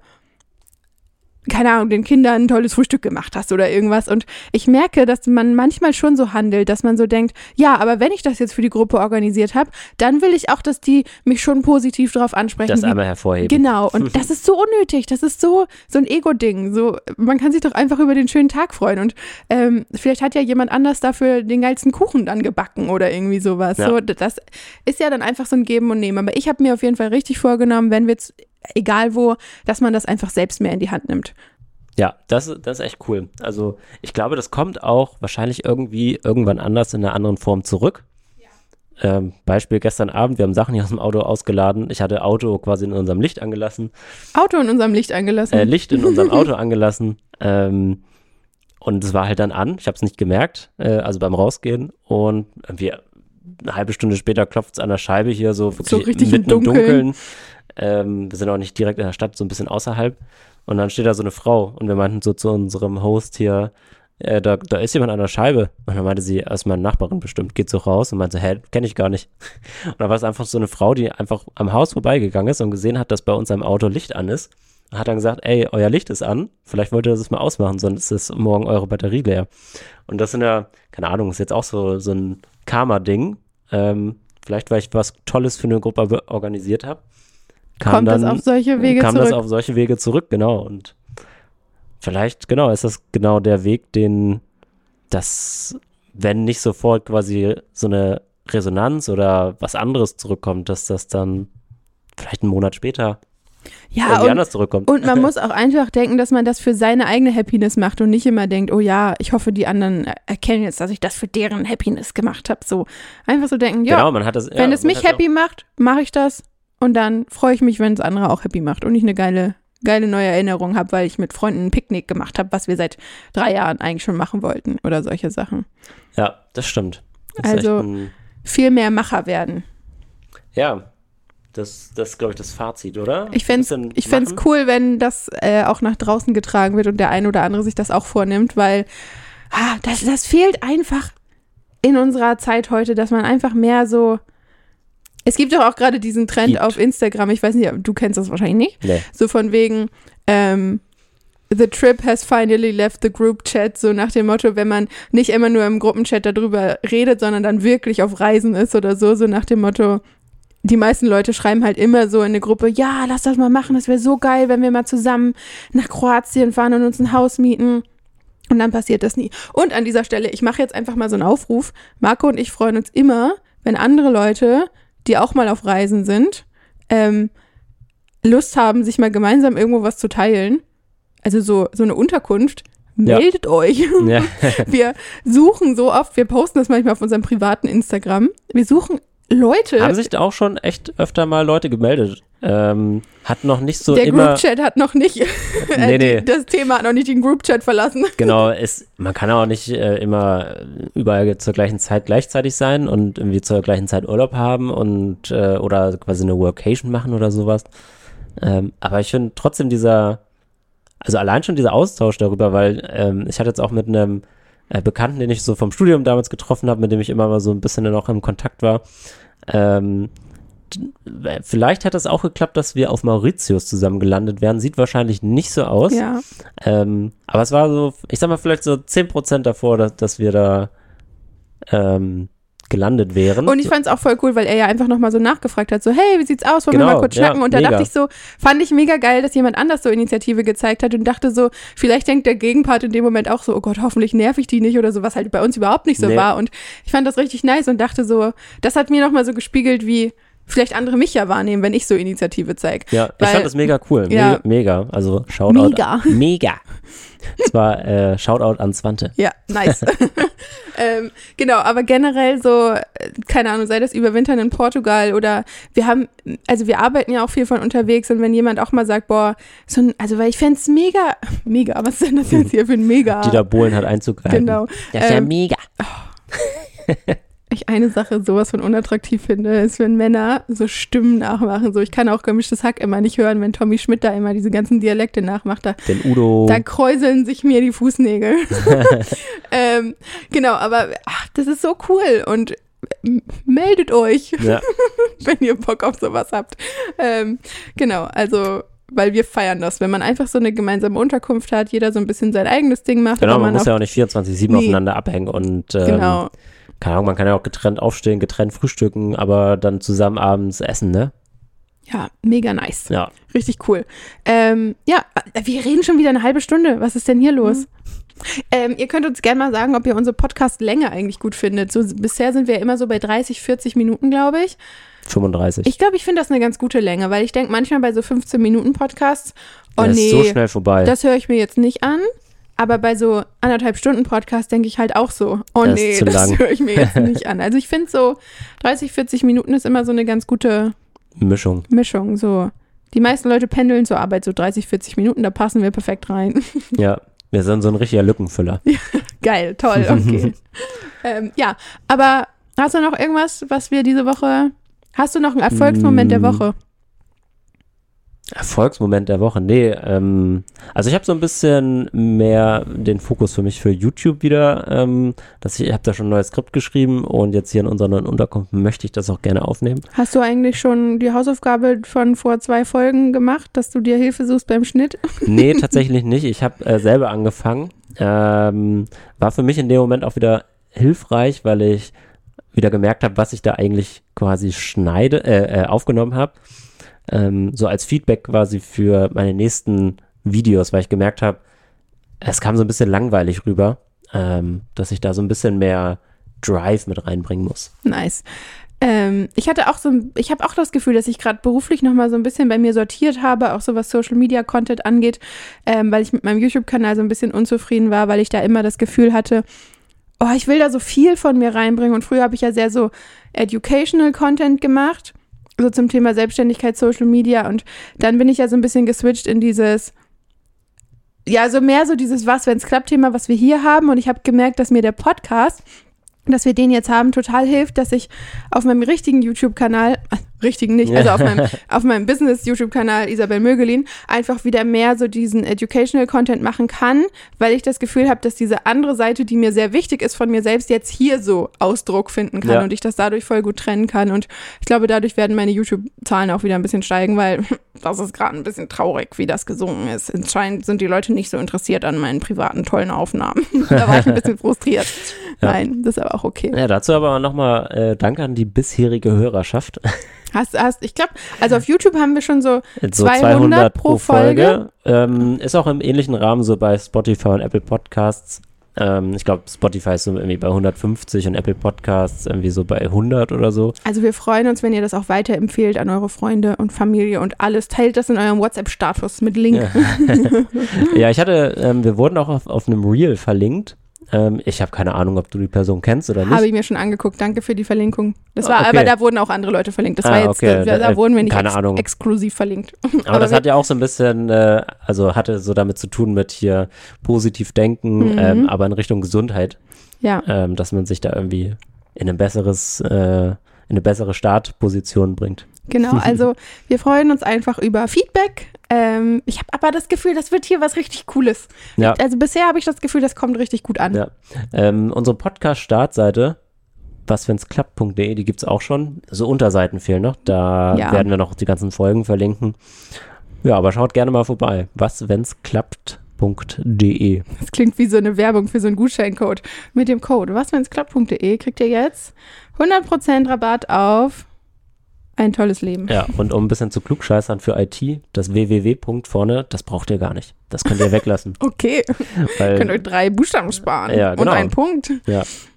[SPEAKER 2] keine Ahnung, den Kindern ein tolles Frühstück gemacht hast oder irgendwas. Und ich merke, dass man manchmal schon so handelt, dass man so denkt, ja, aber wenn ich das jetzt für die Gruppe organisiert habe, dann will ich auch, dass die mich schon positiv darauf ansprechen.
[SPEAKER 1] Das einmal hervorheben.
[SPEAKER 2] Genau. Und das ist so unnötig. Das ist so, so ein Ego-Ding. So, man kann sich doch einfach über den schönen Tag freuen. Und ähm, vielleicht hat ja jemand anders dafür den geilsten Kuchen dann gebacken oder irgendwie sowas.
[SPEAKER 1] Ja.
[SPEAKER 2] So, das ist ja dann einfach so ein Geben und Nehmen. Aber ich habe mir auf jeden Fall richtig vorgenommen, wenn wir jetzt egal wo, dass man das einfach selbst mehr in die Hand nimmt.
[SPEAKER 1] Ja, das, das ist echt cool. Also ich glaube, das kommt auch wahrscheinlich irgendwie irgendwann anders in einer anderen Form zurück. Ja. Ähm, Beispiel gestern Abend, wir haben Sachen hier aus dem Auto ausgeladen. Ich hatte Auto quasi in unserem Licht angelassen.
[SPEAKER 2] Auto in unserem Licht angelassen?
[SPEAKER 1] Äh, Licht in unserem Auto angelassen. Ähm, und es war halt dann an. Ich habe es nicht gemerkt, äh, also beim Rausgehen. Und irgendwie eine halbe Stunde später klopft es an der Scheibe hier so wirklich
[SPEAKER 2] so richtig
[SPEAKER 1] mitten
[SPEAKER 2] im Dunkeln.
[SPEAKER 1] Im Dunkeln. Ähm, wir sind auch nicht direkt in der Stadt, so ein bisschen außerhalb. Und dann steht da so eine Frau und wir meinten so zu unserem Host hier, äh, da, da ist jemand an der Scheibe. Und dann meinte sie, das ist meine Nachbarin bestimmt, geht so raus und meinte, hä, kenne ich gar nicht. Und dann war es einfach so eine Frau, die einfach am Haus vorbeigegangen ist und gesehen hat, dass bei uns am Auto Licht an ist. Und hat dann gesagt, ey, euer Licht ist an, vielleicht wollt ihr das mal ausmachen, sonst ist morgen eure Batterie leer. Und das sind ja, keine Ahnung, ist jetzt auch so, so ein Karma-Ding. Ähm, vielleicht, weil ich was Tolles für eine Gruppe organisiert habe.
[SPEAKER 2] Kommt dann, das auf solche Wege
[SPEAKER 1] kam
[SPEAKER 2] zurück?
[SPEAKER 1] Kam das auf solche Wege zurück, genau. Und vielleicht, genau, ist das genau der Weg, den das, wenn nicht sofort quasi so eine Resonanz oder was anderes zurückkommt, dass das dann vielleicht einen Monat später
[SPEAKER 2] ja,
[SPEAKER 1] irgendwie
[SPEAKER 2] und,
[SPEAKER 1] anders zurückkommt.
[SPEAKER 2] Und man muss auch einfach denken, dass man das für seine eigene Happiness macht und nicht immer denkt, oh ja, ich hoffe, die anderen erkennen jetzt, dass ich das für deren Happiness gemacht habe. So einfach so denken, ja,
[SPEAKER 1] genau, man hat das, ja,
[SPEAKER 2] wenn es mich happy macht, mache ich das. Und dann freue ich mich, wenn es andere auch happy macht und ich eine geile, geile neue Erinnerung habe, weil ich mit Freunden ein Picknick gemacht habe, was wir seit drei Jahren eigentlich schon machen wollten oder solche Sachen.
[SPEAKER 1] Ja, das stimmt. Das
[SPEAKER 2] also
[SPEAKER 1] ein,
[SPEAKER 2] viel mehr Macher werden.
[SPEAKER 1] Ja, das, das ist, glaube ich, das Fazit, oder?
[SPEAKER 2] Ich fände es cool, wenn das äh, auch nach draußen getragen wird und der eine oder andere sich das auch vornimmt, weil ah, das, das fehlt einfach in unserer Zeit heute, dass man einfach mehr so. Es gibt doch auch gerade diesen Trend gibt. auf Instagram, ich weiß nicht, du kennst das wahrscheinlich nicht,
[SPEAKER 1] nee.
[SPEAKER 2] So von wegen, ähm, the trip has finally left the group chat, so nach dem Motto, wenn man nicht immer nur im Gruppenchat darüber redet, sondern dann wirklich auf Reisen ist oder so, so nach dem Motto, die meisten Leute schreiben halt immer so in eine Gruppe, ja, lass das mal machen, das wäre so geil, wenn wir mal zusammen nach Kroatien fahren und uns ein Haus mieten. Und dann passiert das nie. Und an dieser Stelle, ich mache jetzt einfach mal so einen Aufruf, Marco und ich freuen uns immer, wenn andere Leute, die auch mal auf Reisen sind, ähm, Lust haben, sich mal gemeinsam irgendwo was zu teilen. Also so, so eine Unterkunft. Meldet ja. euch. Ja. Wir suchen so oft, wir posten das manchmal auf unserem privaten Instagram. Wir suchen Leute.
[SPEAKER 1] Haben sich da auch schon echt öfter mal Leute gemeldet. Ähm, hat noch nicht so
[SPEAKER 2] Der
[SPEAKER 1] immer...
[SPEAKER 2] Der Groupchat hat noch nicht...
[SPEAKER 1] nee, nee.
[SPEAKER 2] Das Thema hat noch nicht den Groupchat verlassen.
[SPEAKER 1] Genau, es, man kann auch nicht äh, immer überall zur gleichen Zeit gleichzeitig sein und irgendwie zur gleichen Zeit Urlaub haben und äh, oder quasi eine Workation machen oder sowas. Ähm, aber ich finde trotzdem dieser... Also allein schon dieser Austausch darüber, weil ähm, ich hatte jetzt auch mit einem äh, Bekannten, den ich so vom Studium damals getroffen habe, mit dem ich immer mal so ein bisschen noch im Kontakt war. Ähm, vielleicht hat es auch geklappt, dass wir auf Mauritius zusammen gelandet wären. Sieht wahrscheinlich nicht so aus.
[SPEAKER 2] Ja.
[SPEAKER 1] Ähm, aber es war so, ich sag mal, vielleicht so zehn Prozent davor, dass, dass wir da ähm, gelandet wären.
[SPEAKER 2] Und ich fand es auch voll cool, weil er ja einfach nochmal so nachgefragt hat, so hey, wie sieht's aus, wollen
[SPEAKER 1] genau,
[SPEAKER 2] wir mal kurz schnacken?
[SPEAKER 1] ja,
[SPEAKER 2] und da
[SPEAKER 1] mega.
[SPEAKER 2] dachte ich so, fand ich mega geil, dass jemand anders so Initiative gezeigt hat und dachte so, vielleicht denkt der Gegenpart in dem Moment auch so, oh Gott, hoffentlich nerv ich die nicht oder so, was halt bei uns überhaupt nicht so
[SPEAKER 1] nee.
[SPEAKER 2] war. Und ich fand das richtig nice und dachte so, das hat mir nochmal so gespiegelt, wie vielleicht andere mich ja wahrnehmen, wenn ich so Initiative zeige.
[SPEAKER 1] Ja,
[SPEAKER 2] weil,
[SPEAKER 1] ich fand das mega cool.
[SPEAKER 2] Ja.
[SPEAKER 1] Mega, mega. Also Shoutout.
[SPEAKER 2] Mega.
[SPEAKER 1] Mega. Zwar äh, Shoutout an Swante.
[SPEAKER 2] Ja, nice. ähm, genau, aber generell so, keine Ahnung, sei das Überwintern in Portugal oder wir haben, also wir arbeiten ja auch viel von unterwegs und wenn jemand auch mal sagt, boah, so ein, also weil ich fände es mega, mega, was ist denn das jetzt hier für ein Mega?
[SPEAKER 1] Dieter Bohlen hat Einzug gehalten.
[SPEAKER 2] Genau.
[SPEAKER 1] Das ist ähm, ja mega.
[SPEAKER 2] Oh. Ich eine Sache sowas von unattraktiv finde, ist, wenn Männer so Stimmen nachmachen. So, ich kann auch Gemischtes Hack immer nicht hören, wenn Tommy Schmidt da immer diese ganzen Dialekte nachmacht. Da,
[SPEAKER 1] Den Udo.
[SPEAKER 2] Da kräuseln sich mir die Fußnägel. ähm, genau, aber ach, das ist so cool und m- meldet euch,
[SPEAKER 1] ja.
[SPEAKER 2] wenn ihr Bock auf sowas habt. Ähm, genau, also weil wir feiern das, wenn man einfach so eine gemeinsame Unterkunft hat, jeder so ein bisschen sein eigenes Ding macht.
[SPEAKER 1] Genau, man,
[SPEAKER 2] man
[SPEAKER 1] muss
[SPEAKER 2] auch,
[SPEAKER 1] ja auch nicht vierundzwanzig sieben
[SPEAKER 2] nee.
[SPEAKER 1] aufeinander abhängen und ähm,
[SPEAKER 2] genau.
[SPEAKER 1] keine Ahnung, man kann ja auch getrennt aufstehen, getrennt frühstücken, aber dann zusammen abends essen, ne?
[SPEAKER 2] Ja, mega nice.
[SPEAKER 1] Ja.
[SPEAKER 2] Richtig cool. Ähm, ja, wir reden schon wieder eine halbe Stunde. Was ist denn hier los? Mhm. Ähm, ihr könnt uns gerne mal sagen, ob ihr unsere Podcast-Länge eigentlich gut findet. So, bisher sind wir immer so bei dreißig, vierzig Minuten, glaube ich.
[SPEAKER 1] fünfunddreißig.
[SPEAKER 2] Ich glaube, ich finde das eine ganz gute Länge, weil ich denke manchmal bei so fünfzehn Minuten Podcasts, oh
[SPEAKER 1] das
[SPEAKER 2] nee,
[SPEAKER 1] ist so schnell vorbei.
[SPEAKER 2] Das höre ich mir jetzt nicht an. Aber bei so anderthalb Stunden Podcast denke ich halt auch so, oh
[SPEAKER 1] das
[SPEAKER 2] nee, das höre ich mir jetzt nicht an. Also ich finde so dreißig, vierzig Minuten ist immer so eine ganz gute
[SPEAKER 1] Mischung.
[SPEAKER 2] Mischung, so. Die meisten Leute pendeln zur Arbeit so dreißig, vierzig Minuten, da passen wir perfekt rein.
[SPEAKER 1] Ja, wir sind so ein richtiger Lückenfüller.
[SPEAKER 2] Ja, geil, toll, okay. ähm, ja, aber hast du noch irgendwas, was wir diese Woche, hast du noch einen Erfolgsmoment der Woche?
[SPEAKER 1] Erfolgsmoment der Woche? Nee, ähm, also ich habe so ein bisschen mehr den Fokus für mich für YouTube wieder, ähm, dass ich, ich habe da schon ein neues Skript geschrieben und jetzt hier in unserer neuen Unterkunft möchte ich das auch gerne aufnehmen.
[SPEAKER 2] Hast du eigentlich schon die Hausaufgabe von vor zwei Folgen gemacht, dass du dir Hilfe suchst beim Schnitt?
[SPEAKER 1] Nee, tatsächlich nicht. Ich habe äh, selber angefangen. Ähm, war für mich in dem Moment auch wieder hilfreich, weil ich wieder gemerkt habe, was ich da eigentlich quasi schneide, äh, äh, aufgenommen habe. Ähm, so als Feedback quasi für meine nächsten Videos, weil ich gemerkt habe, es kam so ein bisschen langweilig rüber, ähm, dass ich da so ein bisschen mehr Drive mit reinbringen muss.
[SPEAKER 2] Nice. Ähm, ich hatte auch so, ich habe auch das Gefühl, dass ich gerade beruflich nochmal so ein bisschen bei mir sortiert habe, auch so was Social Media Content angeht, ähm, weil ich mit meinem YouTube-Kanal so ein bisschen unzufrieden war, weil ich da immer das Gefühl hatte, oh, ich will da so viel von mir reinbringen und früher habe ich ja sehr so Educational Content gemacht, so zum Thema Selbstständigkeit, Social Media und dann bin ich ja so ein bisschen geswitcht in dieses, ja, so mehr so dieses Was-wenn's-klappt-Thema, was wir hier haben und ich habe gemerkt, dass mir der Podcast, dass wir den jetzt haben, total hilft, dass ich auf meinem richtigen YouTube-Kanal, äh, richtigen nicht, also auf meinem, auf meinem Business-YouTube-Kanal Isabel Mögelin einfach wieder mehr so diesen Educational-Content machen kann, weil ich das Gefühl habe, dass diese andere Seite, die mir sehr wichtig ist von mir selbst, jetzt hier so Ausdruck finden kann
[SPEAKER 1] ja.
[SPEAKER 2] und ich das dadurch voll gut trennen kann und ich glaube, dadurch werden meine YouTube-Zahlen auch wieder ein bisschen steigen, weil das ist gerade ein bisschen traurig, wie das gesungen ist. Anscheinend sind die Leute nicht so interessiert an meinen privaten, tollen Aufnahmen. Da war ich ein bisschen frustriert. Ja. Nein, das ist aber auch okay.
[SPEAKER 1] Ja, dazu aber nochmal äh, Danke an die bisherige Hörerschaft.
[SPEAKER 2] Hast, hast, ich glaube, also auf YouTube haben wir schon so,
[SPEAKER 1] so
[SPEAKER 2] zweihundert,
[SPEAKER 1] zweihundert
[SPEAKER 2] pro Folge.
[SPEAKER 1] Folge. Ähm, ist auch im ähnlichen Rahmen so bei Spotify und Apple Podcasts. Ähm, ich glaube, Spotify ist so irgendwie bei hundertfünfzig und Apple Podcasts irgendwie so bei hundert oder so.
[SPEAKER 2] Also wir freuen uns, wenn ihr das auch weiterempfehlt an eure Freunde und Familie und alles. Teilt das in eurem WhatsApp-Status mit Link.
[SPEAKER 1] Ja, ja ich hatte, ähm, wir wurden auch auf, auf einem Reel verlinkt. Ähm, ich habe keine Ahnung, ob du die Person kennst oder nicht.
[SPEAKER 2] Habe ich mir schon angeguckt. Danke für die Verlinkung. Das war,
[SPEAKER 1] okay.
[SPEAKER 2] aber da wurden auch andere Leute verlinkt. Das
[SPEAKER 1] ah,
[SPEAKER 2] war jetzt,
[SPEAKER 1] okay.
[SPEAKER 2] da, da
[SPEAKER 1] äh,
[SPEAKER 2] wurden wir nicht
[SPEAKER 1] keine
[SPEAKER 2] ex-
[SPEAKER 1] Ahnung.
[SPEAKER 2] exklusiv verlinkt.
[SPEAKER 1] Aber,
[SPEAKER 2] aber
[SPEAKER 1] das
[SPEAKER 2] wir,
[SPEAKER 1] hat ja auch so ein bisschen, äh, also hatte so damit zu tun mit hier positiv denken,
[SPEAKER 2] Mhm.
[SPEAKER 1] ähm, aber in Richtung Gesundheit.
[SPEAKER 2] Ja.
[SPEAKER 1] Ähm, dass man sich da irgendwie in ein besseres, äh, in eine bessere Startposition bringt.
[SPEAKER 2] Genau, also wir freuen uns einfach über Feedback. Ähm, ich habe aber das Gefühl, das wird hier was richtig Cooles.
[SPEAKER 1] Ja.
[SPEAKER 2] Also bisher habe ich das Gefühl, das kommt richtig gut an.
[SPEAKER 1] Ja. Ähm, unsere Podcast-Startseite, waswenn'sklappt punkt de, die gibt es auch schon. So Unterseiten fehlen noch. Da
[SPEAKER 2] Ja.
[SPEAKER 1] werden wir noch die ganzen Folgen verlinken. Ja, aber schaut gerne mal vorbei. waswenn'sklappt punkt de.
[SPEAKER 2] Das klingt wie so eine Werbung für so einen Gutscheincode. Mit dem Code waswenn'sklappt punkt de kriegt ihr jetzt hundert Prozent Rabatt auf ein tolles Leben.
[SPEAKER 1] Ja, und um ein bisschen zu klugscheißern für I T, das www. vorne, das braucht ihr gar nicht. Das könnt ihr weglassen.
[SPEAKER 2] Okay,
[SPEAKER 1] Weil,
[SPEAKER 2] ihr könnt euch drei Buchstaben sparen
[SPEAKER 1] Ja, genau.
[SPEAKER 2] und einen Punkt.
[SPEAKER 1] Ja.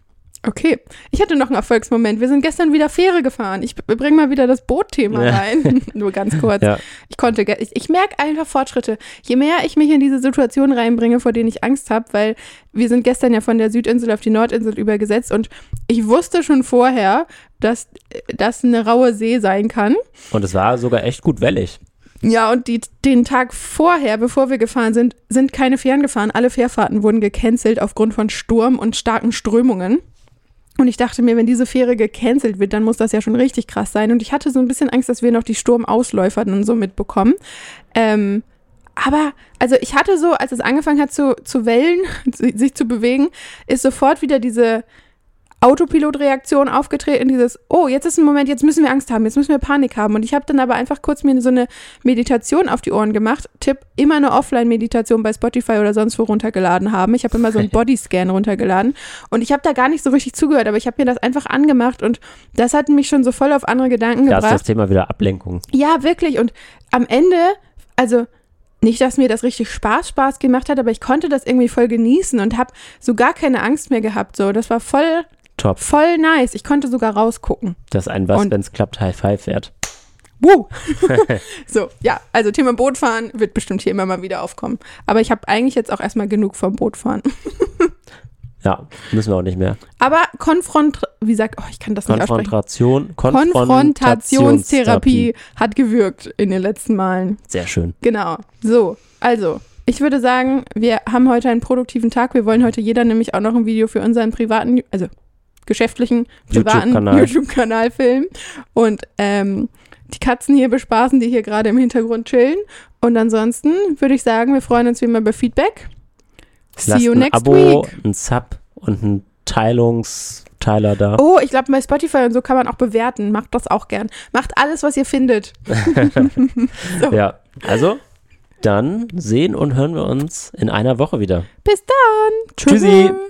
[SPEAKER 2] Okay, ich hatte noch einen Erfolgsmoment. Wir sind gestern wieder Fähre gefahren. Ich bringe mal wieder das Bootthema
[SPEAKER 1] Ja.
[SPEAKER 2] rein. Nur ganz kurz.
[SPEAKER 1] Ja.
[SPEAKER 2] Ich konnte, ge- ich, ich merke einfach Fortschritte. Je mehr ich mich in diese Situation reinbringe, vor denen ich Angst habe, weil wir sind gestern ja von der Südinsel auf die Nordinsel übergesetzt und ich wusste schon vorher, dass das eine raue See sein kann.
[SPEAKER 1] Und es war sogar echt gut wellig.
[SPEAKER 2] Ja, und die, den Tag vorher, bevor wir gefahren sind, sind keine Fähren gefahren. Alle Fährfahrten wurden gecancelt aufgrund von Sturm und starken Strömungen. Und ich dachte mir, wenn diese Fähre gecancelt wird, dann muss das ja schon richtig krass sein. Und ich hatte so ein bisschen Angst, dass wir noch die Sturmausläufer dann so mitbekommen. Ähm, aber, also ich hatte so, als es angefangen hat zu, zu wellen, sich zu bewegen, ist sofort wieder diese Autopilot-Reaktion aufgetreten, dieses, oh, jetzt ist ein Moment, jetzt müssen wir Angst haben, jetzt müssen wir Panik haben. Und ich habe dann aber einfach kurz mir so eine Meditation auf die Ohren gemacht. Tipp, immer eine Offline-Meditation bei Spotify oder sonst wo runtergeladen haben. Ich habe immer so einen Bodyscan runtergeladen und ich habe da gar nicht so richtig zugehört, aber ich habe mir das einfach angemacht und das hat mich schon so voll auf andere Gedanken
[SPEAKER 1] Da
[SPEAKER 2] gebracht.
[SPEAKER 1] ist das Thema wieder Ablenkung.
[SPEAKER 2] Ja, wirklich. Und am Ende, also nicht, dass mir das richtig Spaß, Spaß gemacht hat, aber ich konnte das irgendwie voll genießen und habe so gar keine Angst mehr gehabt. So, das war voll...
[SPEAKER 1] Top.
[SPEAKER 2] Voll nice. Ich konnte sogar rausgucken.
[SPEAKER 1] Das ist ein Was,
[SPEAKER 2] Und-
[SPEAKER 1] wenn's klappt, High Five wert.
[SPEAKER 2] Woo! So, ja, also Thema Bootfahren wird bestimmt hier immer mal wieder aufkommen. Aber ich habe eigentlich jetzt auch erstmal genug vom Bootfahren.
[SPEAKER 1] Ja, müssen wir auch nicht mehr.
[SPEAKER 2] Aber Konfront, wie sagt, oh, ich kann das nicht aussprechen.
[SPEAKER 1] Konfrontation,
[SPEAKER 2] Konfrontationstherapie hat gewirkt in den letzten Malen.
[SPEAKER 1] Sehr schön.
[SPEAKER 2] Genau. So, also, ich würde sagen, wir haben heute einen produktiven Tag. Wir wollen heute jeder nämlich auch noch ein Video für unseren privaten, also geschäftlichen, privaten
[SPEAKER 1] YouTube-Kanal.
[SPEAKER 2] YouTube-Kanal filmen. Und ähm, die Katzen hier bespaßen, die hier gerade im Hintergrund chillen. Und ansonsten würde ich sagen, wir freuen uns wie immer über Feedback. See
[SPEAKER 1] Lasst
[SPEAKER 2] you
[SPEAKER 1] ein
[SPEAKER 2] next
[SPEAKER 1] Abo,
[SPEAKER 2] week.
[SPEAKER 1] ein Sub und ein Teilungsteiler da.
[SPEAKER 2] Oh, ich glaube, bei Spotify und so kann man auch bewerten. Macht das auch gern. Macht alles, was ihr findet. So.
[SPEAKER 1] Ja, also dann sehen und hören wir uns in einer Woche wieder.
[SPEAKER 2] Bis dann.
[SPEAKER 1] Tschüssi.